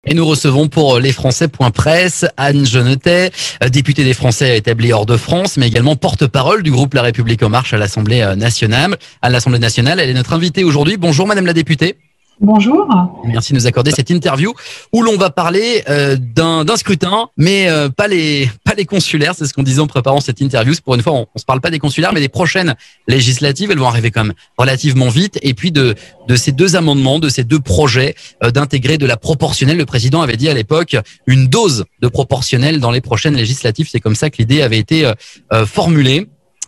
Et nous recevons pour lesfrançais.presse Anne Genetet, députée des Français établie hors de France, mais également porte-parole du groupe La République En Marche à l'Assemblée nationale. Elle est notre invitée aujourd'hui. Bonjour Madame la députée. Bonjour. Merci de nous accorder cette interview où l'on va parler d'un scrutin, mais pas les consulaires. C'est ce qu'on disait en préparant cette interview. Pour une fois, on se parle pas des consulaires, mais des prochaines législatives. Elles vont arriver quand même relativement vite. Et puis de ces deux amendements, de ces deux projets d'intégrer de la proportionnelle. Le président avait dit à l'époque une dose de proportionnelle dans les prochaines législatives. C'est comme ça que l'idée avait été formulée.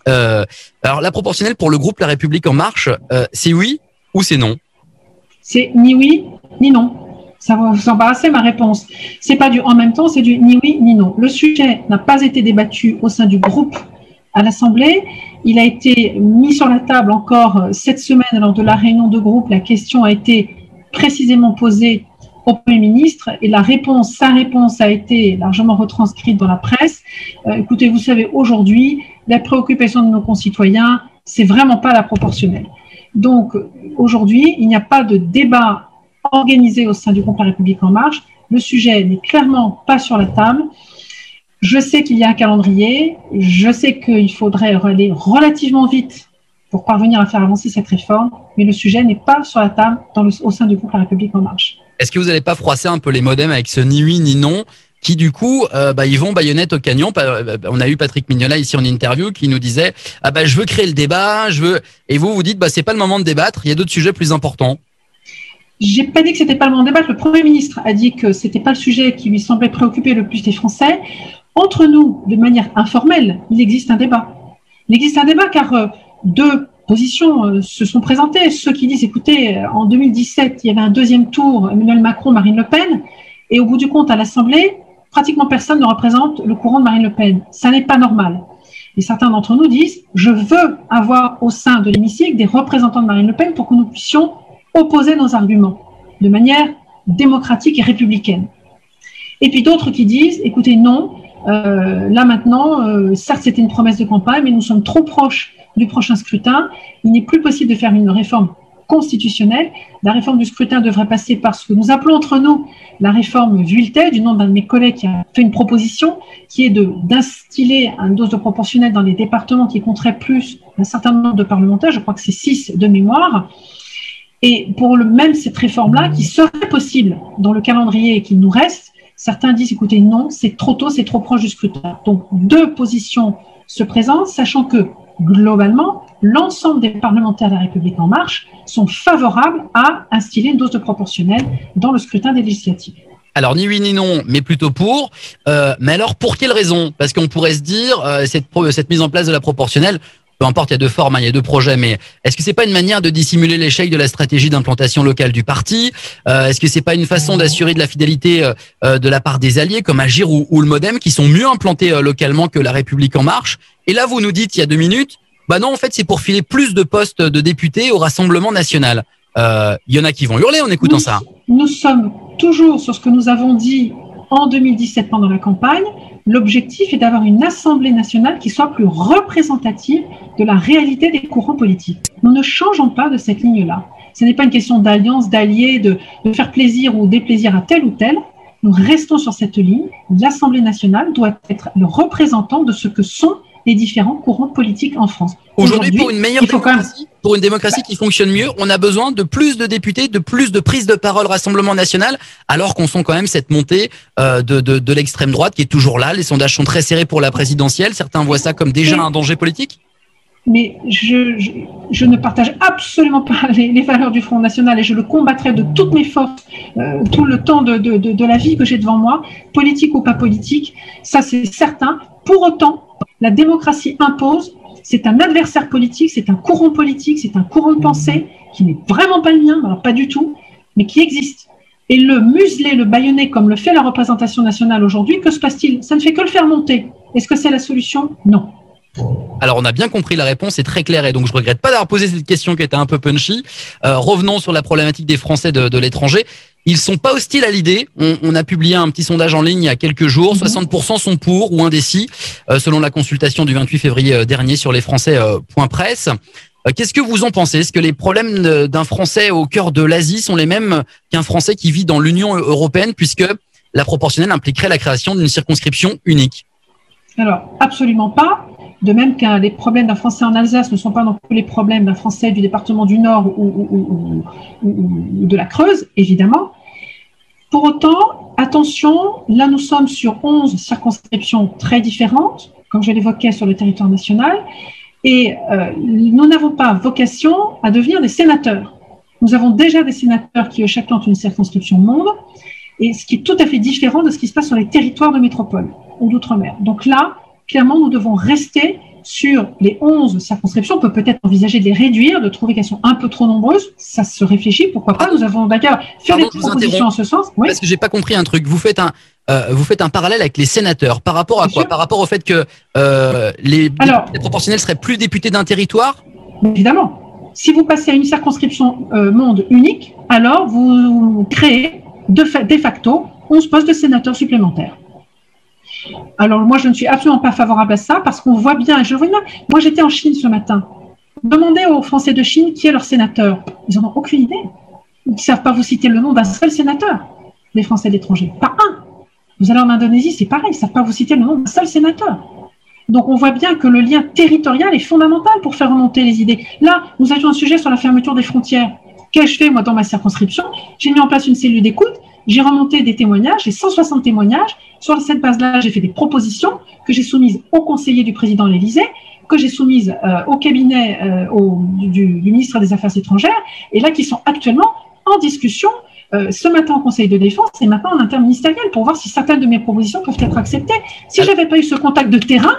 Alors la proportionnelle pour le groupe La République En Marche, c'est oui ou c'est non? C'est ni oui, ni non. Ça va vous embarrasser ma réponse. C'est pas du en même temps, c'est du ni oui, ni non. Le sujet n'a pas été débattu au sein du groupe à l'Assemblée. Il a été mis sur la table encore cette semaine lors de la réunion de groupe. La question a été précisément posée au Premier ministre et sa réponse a été largement retranscrite dans la presse. Écoutez, vous savez, aujourd'hui, la préoccupation de nos concitoyens, c'est vraiment pas la proportionnelle. Donc, aujourd'hui, il n'y a pas de débat organisé au sein du groupe La République En Marche. Le sujet n'est clairement pas sur la table. Je sais qu'il y a un calendrier. Je sais qu'il faudrait aller relativement vite pour parvenir à faire avancer cette réforme. Mais le sujet n'est pas sur la table au sein du groupe La République En Marche. Est-ce que vous n'allez pas froisser un peu les modems avec ce ni oui ni non qui du coup, ils vont baïonnette au canyon. On a eu Patrick Mignola ici en interview qui nous disait je veux créer le débat, et vous dites c'est pas le moment de débattre, il y a d'autres sujets plus importants. J'ai pas dit que c'était pas le moment de débattre. Le Premier ministre a dit que c'était pas le sujet qui lui semblait préoccuper le plus des Français. Entre nous, de manière informelle, il existe un débat. Il existe un débat car deux positions se sont présentées. Ceux qui disent écoutez, en 2017, il y avait un deuxième tour, Emmanuel Macron, Marine Le Pen, et au bout du compte, à l'Assemblée, pratiquement personne ne représente le courant de Marine Le Pen. Ça n'est pas normal. Et certains d'entre nous disent je veux avoir au sein de l'hémicycle des représentants de Marine Le Pen pour que nous puissions opposer nos arguments de manière démocratique et républicaine. Et puis d'autres qui disent écoutez, non, là maintenant, certes c'était une promesse de campagne, mais nous sommes trop proches du prochain scrutin. Il n'est plus possible de faire une réforme constitutionnelle. La réforme du scrutin devrait passer par ce que nous appelons entre nous la réforme Vuilletet, du nom d'un de mes collègues qui a fait une proposition qui est d'instiller une dose de proportionnelle dans les départements qui compteraient plus un certain nombre de parlementaires, je crois que c'est 6 de mémoire. Et pour même cette réforme-là, qui serait possible dans le calendrier qui nous reste, certains disent écoutez, non, c'est trop tôt, c'est trop proche du scrutin. Donc deux positions se présentent, sachant que globalement, l'ensemble des parlementaires de La République En Marche sont favorables à instiller une dose de proportionnelle dans le scrutin des législatives. Alors, ni oui ni non, mais plutôt pour. Mais alors, pour quelle raison? Parce qu'on pourrait se dire, cette mise en place de la proportionnelle, peu importe, il y a deux formes, il y a deux projets, mais est-ce que c'est pas une manière de dissimuler l'échec de la stratégie d'implantation locale du parti? Est-ce que c'est pas une façon d'assurer de la fidélité de la part des alliés comme Agir ou le Modem qui sont mieux implantés localement que La République En Marche? Et là, vous nous dites il y a 2 minutes, non, en fait, c'est pour filer plus de postes de députés au Rassemblement national. Il y en a qui vont hurler en écoutant ça. Nous sommes toujours sur ce que nous avons dit en 2017 pendant la campagne. L'objectif est d'avoir une Assemblée nationale qui soit plus représentative de la réalité des courants politiques. Nous ne changeons pas de cette ligne-là. Ce n'est pas une question d'alliance, d'alliés, de faire plaisir ou déplaisir à tel ou tel. Nous restons sur cette ligne. L'Assemblée nationale doit être le représentant de ce que sont les différents courants politiques en France. Aujourd'hui, pour une meilleure démocratie, pour une démocratie qui fonctionne mieux, on a besoin de plus de députés, de plus de prises de parole Rassemblement national, alors qu'on sent quand même cette montée de l'extrême droite qui est toujours là. Les sondages sont très serrés pour la présidentielle. Certains voient ça comme déjà un danger politique. Mais je ne partage absolument pas les valeurs du Front National et je le combattrai de toutes mes forces tout le temps de la vie que j'ai devant moi, politique ou pas politique, ça c'est certain. Pour autant, la démocratie impose, c'est un adversaire politique, c'est un courant politique, c'est un courant de pensée qui n'est vraiment pas le mien, alors pas du tout, mais qui existe. Et le museler, le bâillonner comme le fait la représentation nationale aujourd'hui, que se passe-t-il? Ça ne fait que le faire monter. Est-ce que c'est la solution? Non. Alors on a bien compris, la réponse est très claire et donc je regrette pas d'avoir posé cette question qui était un peu punchy. Revenons sur la problématique des Français de l'étranger. Ils sont pas hostiles à l'idée. On a publié un petit sondage en ligne il y a quelques jours. 60% sont pour ou indécis, selon la consultation du 28 février dernier sur lesfrançais.presse. Qu'est-ce que vous en pensez? Est-ce que les problèmes d'un Français au cœur de l'Asie sont les mêmes qu'un Français qui vit dans l'Union européenne, puisque la proportionnelle impliquerait la création d'une circonscription unique? Alors, absolument pas. De même que les problèmes d'un Français en Alsace ne sont pas non plus les problèmes d'un Français du département du Nord ou de la Creuse, évidemment. Pour autant, attention, là nous sommes sur 11 circonscriptions très différentes, comme je l'évoquais sur le territoire national, et nous n'avons pas vocation à devenir des sénateurs. Nous avons déjà des sénateurs qui chacun ont une circonscription monde, et ce qui est tout à fait différent de ce qui se passe sur les territoires de métropole ou d'outre-mer. Donc là, clairement, nous devons rester sur les 11 circonscriptions. On peut peut-être envisager de les réduire, de trouver qu'elles sont un peu trop nombreuses. Ça se réfléchit, pourquoi pas. Nous avons d'ailleurs fait des propositions en ce sens. Oui. Parce que j'ai pas compris un truc. Vous faites un parallèle avec les sénateurs. Par rapport à quoi? Par rapport au fait que les proportionnels seraient plus députés d'un territoire? Évidemment. Si vous passez à une circonscription monde unique, alors vous créez de facto 11 postes de sénateurs supplémentaires. Alors moi, je ne suis absolument pas favorable à ça parce qu'on voit bien, et je vois bien, moi j'étais en Chine ce matin. Demandez aux Français de Chine qui est leur sénateur. Ils n'en ont aucune idée. Ils ne savent pas vous citer le nom d'un seul sénateur, les Français de l'étranger. Pas un. Vous allez en Indonésie, c'est pareil, ils ne savent pas vous citer le nom d'un seul sénateur. Donc on voit bien que le lien territorial est fondamental pour faire remonter les idées. Là, nous avions un sujet sur la fermeture des frontières. Qu'ai-je fait, moi, dans ma circonscription? J'ai mis en place une cellule d'écoute, j'ai remonté des témoignages, j'ai 160 témoignages. Sur cette base-là, j'ai fait des propositions que j'ai soumises au conseiller du président de l'Élysée, que j'ai soumises au cabinet du ministre des Affaires étrangères, et là, qui sont actuellement en discussion ce matin au Conseil de défense et maintenant en interministériel pour voir si certaines de mes propositions peuvent être acceptées. Si je n'avais pas eu ce contact de terrain,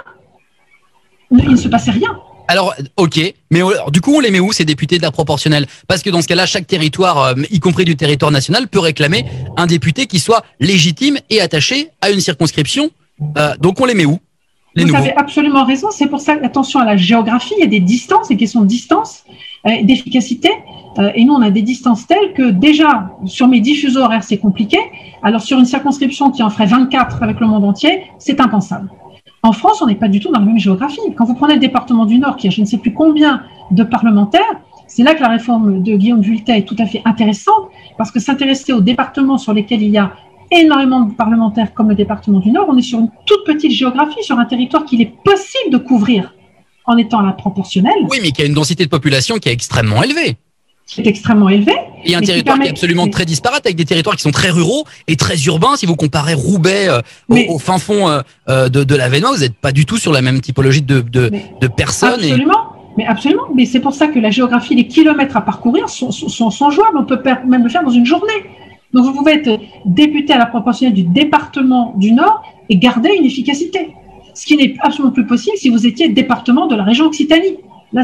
il ne se passait rien. Alors, ok, mais du coup, on les met où, ces députés de la proportionnelle? Parce que dans ce cas-là, chaque territoire, y compris du territoire national, peut réclamer un député qui soit légitime et attaché à une circonscription. Donc, on les met où, les nouveaux? Vous avez absolument raison. C'est pour ça, attention à la géographie. Il y a des distances, des questions de distance, d'efficacité. Et nous, on a des distances telles que déjà, sur mes 10 fuseaux horaires, c'est compliqué. Alors, sur une circonscription qui en ferait 24 avec le monde entier, c'est impensable. En France, on n'est pas du tout dans la même géographie. Quand vous prenez le département du Nord, qui a je ne sais plus combien de parlementaires, c'est là que la réforme de Guillaume Vuilletet est tout à fait intéressante, parce que s'intéresser aux départements sur lesquels il y a énormément de parlementaires, comme le département du Nord, on est sur une toute petite géographie, sur un territoire qu'il est possible de couvrir en étant à la proportionnelle. Oui, mais qui a une densité de population qui est extrêmement élevée. C'est extrêmement élevé. Et un territoire qui est absolument très disparate, avec des territoires qui sont très ruraux et très urbains. Si vous comparez Roubaix au fin fond de l'Avesnois, vous n'êtes pas du tout sur la même typologie de personnes. Absolument. Mais c'est pour ça que la géographie, les kilomètres à parcourir sont jouables. On peut même le faire dans une journée. Donc vous pouvez être député à la proportionnelle du département du Nord et garder une efficacité. Ce qui n'est absolument plus possible si vous étiez département de la région Occitanie. Là,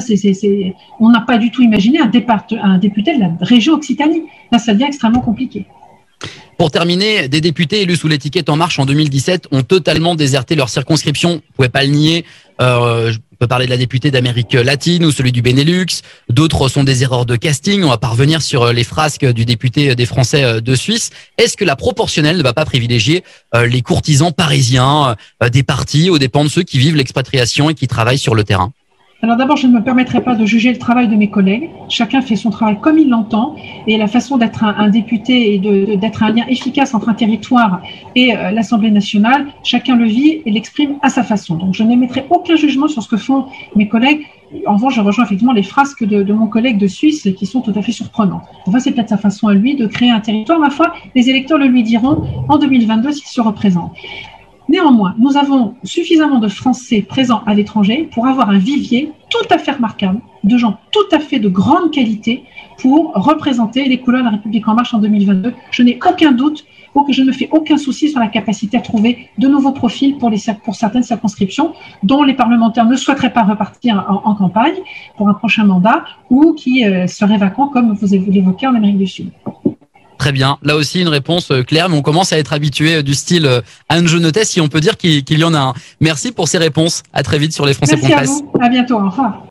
on n'a pas du tout imaginé un député de la région Occitanie. Là, ça devient extrêmement compliqué. Pour terminer, des députés élus sous l'étiquette En Marche en 2017 ont totalement déserté leur circonscription. Vous ne pouvez pas le nier. Je peux parler de la députée d'Amérique latine ou celui du Benelux. D'autres sont des erreurs de casting. On va pas revenir sur les frasques du député des Français de Suisse. Est-ce que la proportionnelle ne va pas privilégier les courtisans parisiens des partis aux dépens de ceux qui vivent l'expatriation et qui travaillent sur le terrain? Alors d'abord, je ne me permettrai pas de juger le travail de mes collègues. Chacun fait son travail comme il l'entend. Et la façon d'être un député et d'être un lien efficace entre un territoire et l'Assemblée nationale, chacun le vit et l'exprime à sa façon. Donc je n'émettrai aucun jugement sur ce que font mes collègues. En revanche, je rejoins effectivement les frasques de mon collègue de Suisse qui sont tout à fait surprenantes. Enfin, c'est peut-être sa façon à lui de créer un territoire. Ma foi, les électeurs le lui diront en 2022 s'il se représente. Néanmoins, nous avons suffisamment de Français présents à l'étranger pour avoir un vivier tout à fait remarquable, de gens tout à fait de grande qualité pour représenter les couleurs de la République En Marche en 2022. Je n'ai aucun doute, je ne me fais aucun souci sur la capacité à trouver de nouveaux profils pour certaines circonscriptions dont les parlementaires ne souhaiteraient pas repartir en campagne pour un prochain mandat ou qui seraient vacants, comme vous l'évoquez, en Amérique du Sud. Très bien. Là aussi, une réponse claire, mais on commence à être habitué du style Anne Genetet, si on peut dire qu'il y en a un. Merci pour ces réponses. À très vite sur les Français.press. Merci à vous. À bientôt. Au revoir.